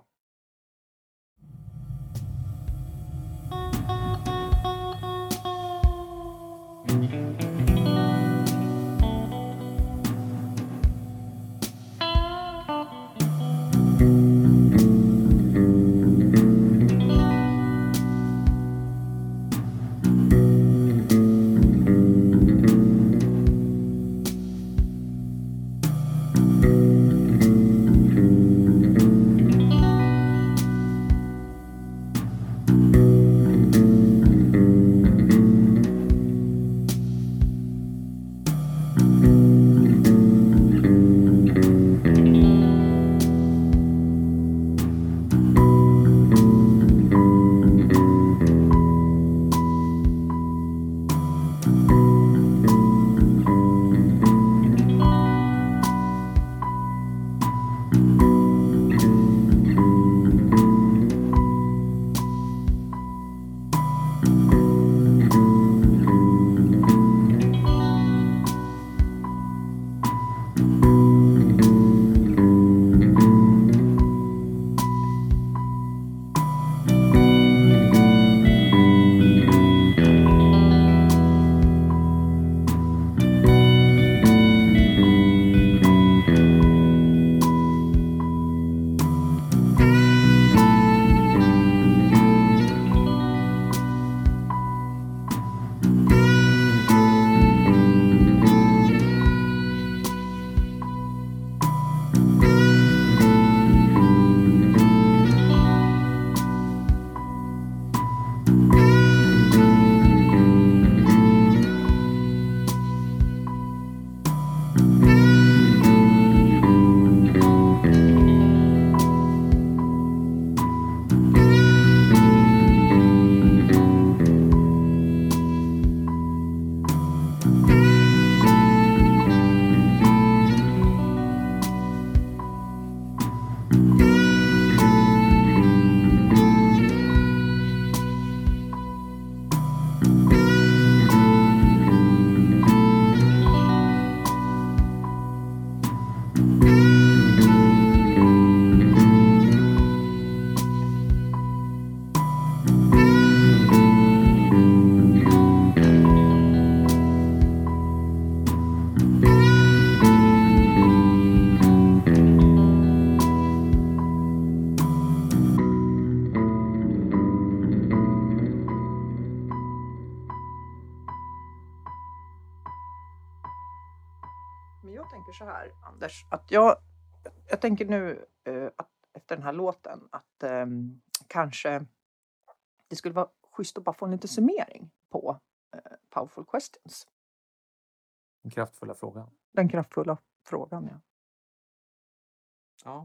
men jag tänker så här, Anders, att jag, jag tänker nu eh, att efter den här låten att eh, kanske det skulle vara schysst att bara få en liten summering på eh, Powerful Questions. Den kraftfulla frågan. Den kraftfulla frågan, ja. Ja.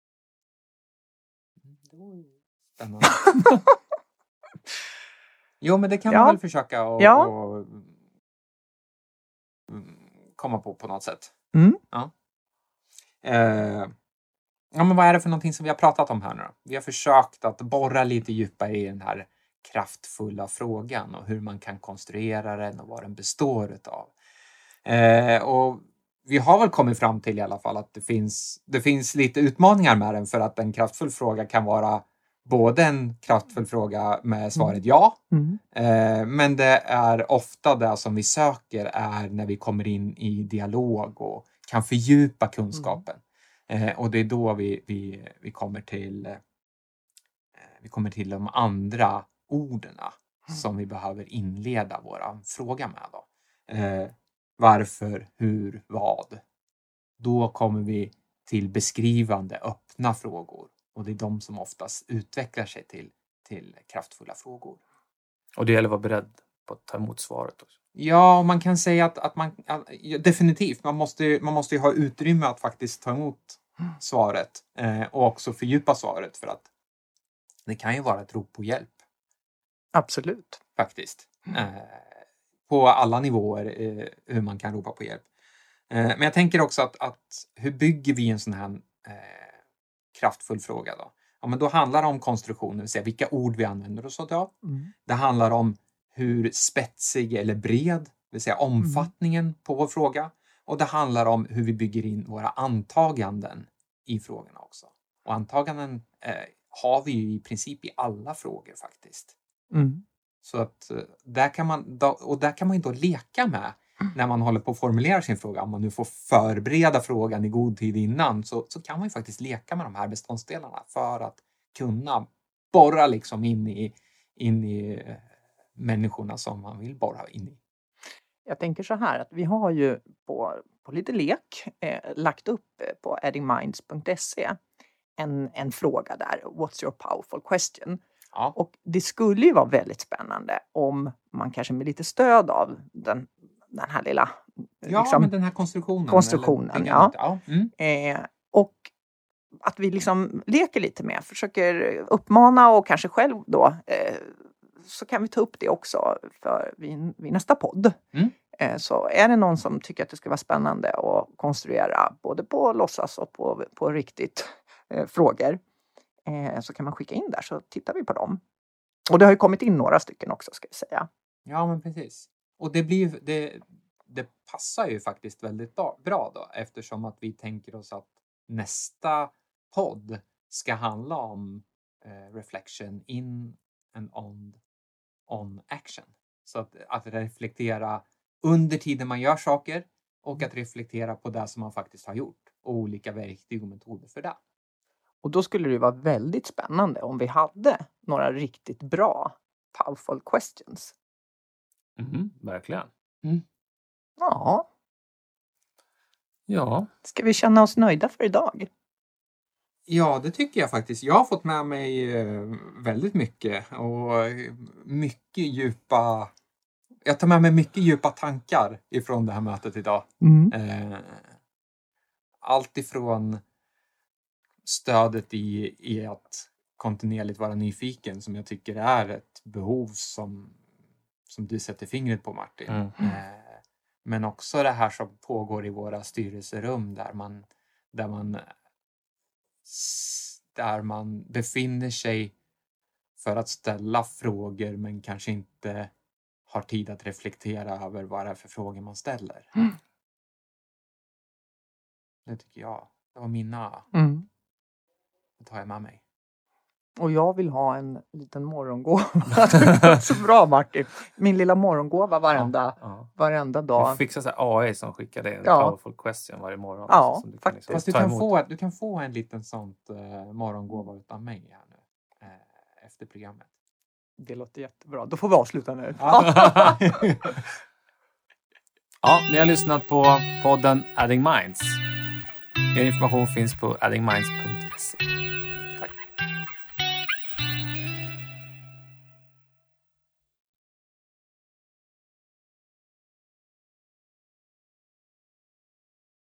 Det var ju spännande. Jo, men det kan Ja. man väl försöka och, Ja. och komma på på något sätt. Mm. Ja. Eh, ja, men vad är det för någonting som vi har pratat om här nu då? Vi har försökt att borra lite djupare i den här kraftfulla frågan och hur man kan konstruera den och vad den består utav. Eh, och vi har väl kommit fram till i alla fall att det finns, det finns lite utmaningar med den, för att en kraftfull fråga kan vara både en kraftfull fråga med svaret ja, Mm. eh, men det är ofta det som vi söker är när vi kommer in i dialog och kan fördjupa kunskapen. Eh, och det är då vi, vi, vi kommer till eh, vi kommer till de andra orden som vi behöver inleda våra fråga med. Då. Eh, varför, hur, vad. Då kommer vi till beskrivande, öppna frågor. Och det är de som oftast utvecklar sig till, till kraftfulla frågor. Och det gäller att vara beredd på att ta emot svaret också. Ja, man kan säga att, att man att, definitivt, man måste, man måste ju ha utrymme att faktiskt ta emot svaret. Eh, och också fördjupa svaret, för att det kan ju vara ett rop på hjälp. Absolut. Faktiskt. Eh, på alla nivåer eh, hur man kan ropa på hjälp. Eh, men jag tänker också att, att hur bygger vi en sån här eh, kraftfull fråga då? Ja, men då handlar det om konstruktionen, det vill säga vilka ord vi använder oss av. Mm. Det handlar om hur spetsig eller bred, det vill säga omfattningen mm. på vår fråga. Och det handlar om hur vi bygger in våra antaganden i frågorna också. Och antaganden eh, har vi ju i princip i alla frågor faktiskt. Mm. Så att där kan man, och där kan man ju då leka med när man håller på att formulera sin fråga. Om man nu får förbereda frågan i god tid innan, så, så kan man ju faktiskt leka med de här beståndsdelarna för att kunna borra liksom in i, in i människorna som man vill borra in i. Jag tänker så här att vi har ju på, på lite lek eh, lagt upp på adding minds punkt se en, en fråga där. What's your powerful question? Ja. Och det skulle ju vara väldigt spännande om man kanske med lite stöd av den, den här lilla ja, liksom, men den här konstruktionen. konstruktionen ja. ja. Mm. Eh, och att vi liksom leker lite med, försöker uppmana och kanske själv då eh, så kan vi ta upp det också för vid, vid nästa podd. Mm. Eh, så är det någon som tycker att det ska vara spännande att konstruera både på låtsas och på, på riktigt eh, frågor, eh, så kan man skicka in där så tittar vi på dem. Och det har ju kommit in några stycken också, ska vi säga. Ja, men precis. Och det blir det, det passar ju faktiskt väldigt bra då, eftersom att vi tänker oss att nästa podd ska handla om eh, reflection in and on, on action. Så att, att reflektera under tiden man gör saker och att reflektera på det som man faktiskt har gjort och olika verktyg och metoder för det. Och då skulle det vara väldigt spännande om vi hade några riktigt bra powerful questions. Mm, verkligen. Mm. Ja. Ja. Ska vi känna oss nöjda för idag? Ja, det tycker jag faktiskt. Jag har fått med mig väldigt mycket och mycket djupa... Jag tar med mig mycket djupa tankar ifrån det här mötet idag. Mm. Eh, allt ifrån stödet i, i att kontinuerligt vara nyfiken, som jag tycker är ett behov som, som du sätter fingret på, Martin. Mm. Eh, men också det här som pågår i våra styrelserum där man, där man, där man befinner sig för att ställa frågor men kanske inte har tid att reflektera över vad det är för frågor man ställer. Mm. Det tycker jag. Det var mina. Mm. Det tar jag med mig. Och jag vill ha en liten morgongåva. Så bra, Martin. Min lilla morgongåva varenda, Ja, ja. varenda Vi dag. fixar så här A I som skickar dig en Ja. powerful question varje morgon. Ja, som du kan faktiskt. Fast du ta kan, emot. få, du kan få en liten sånt uh, morgongåva utav mig här nu. Uh, efter programmet. Det låter jättebra. Då får vi avsluta nu. Ja. Ja, ni har lyssnat på podden Adding Minds. Mer information finns på adding minds punkt se.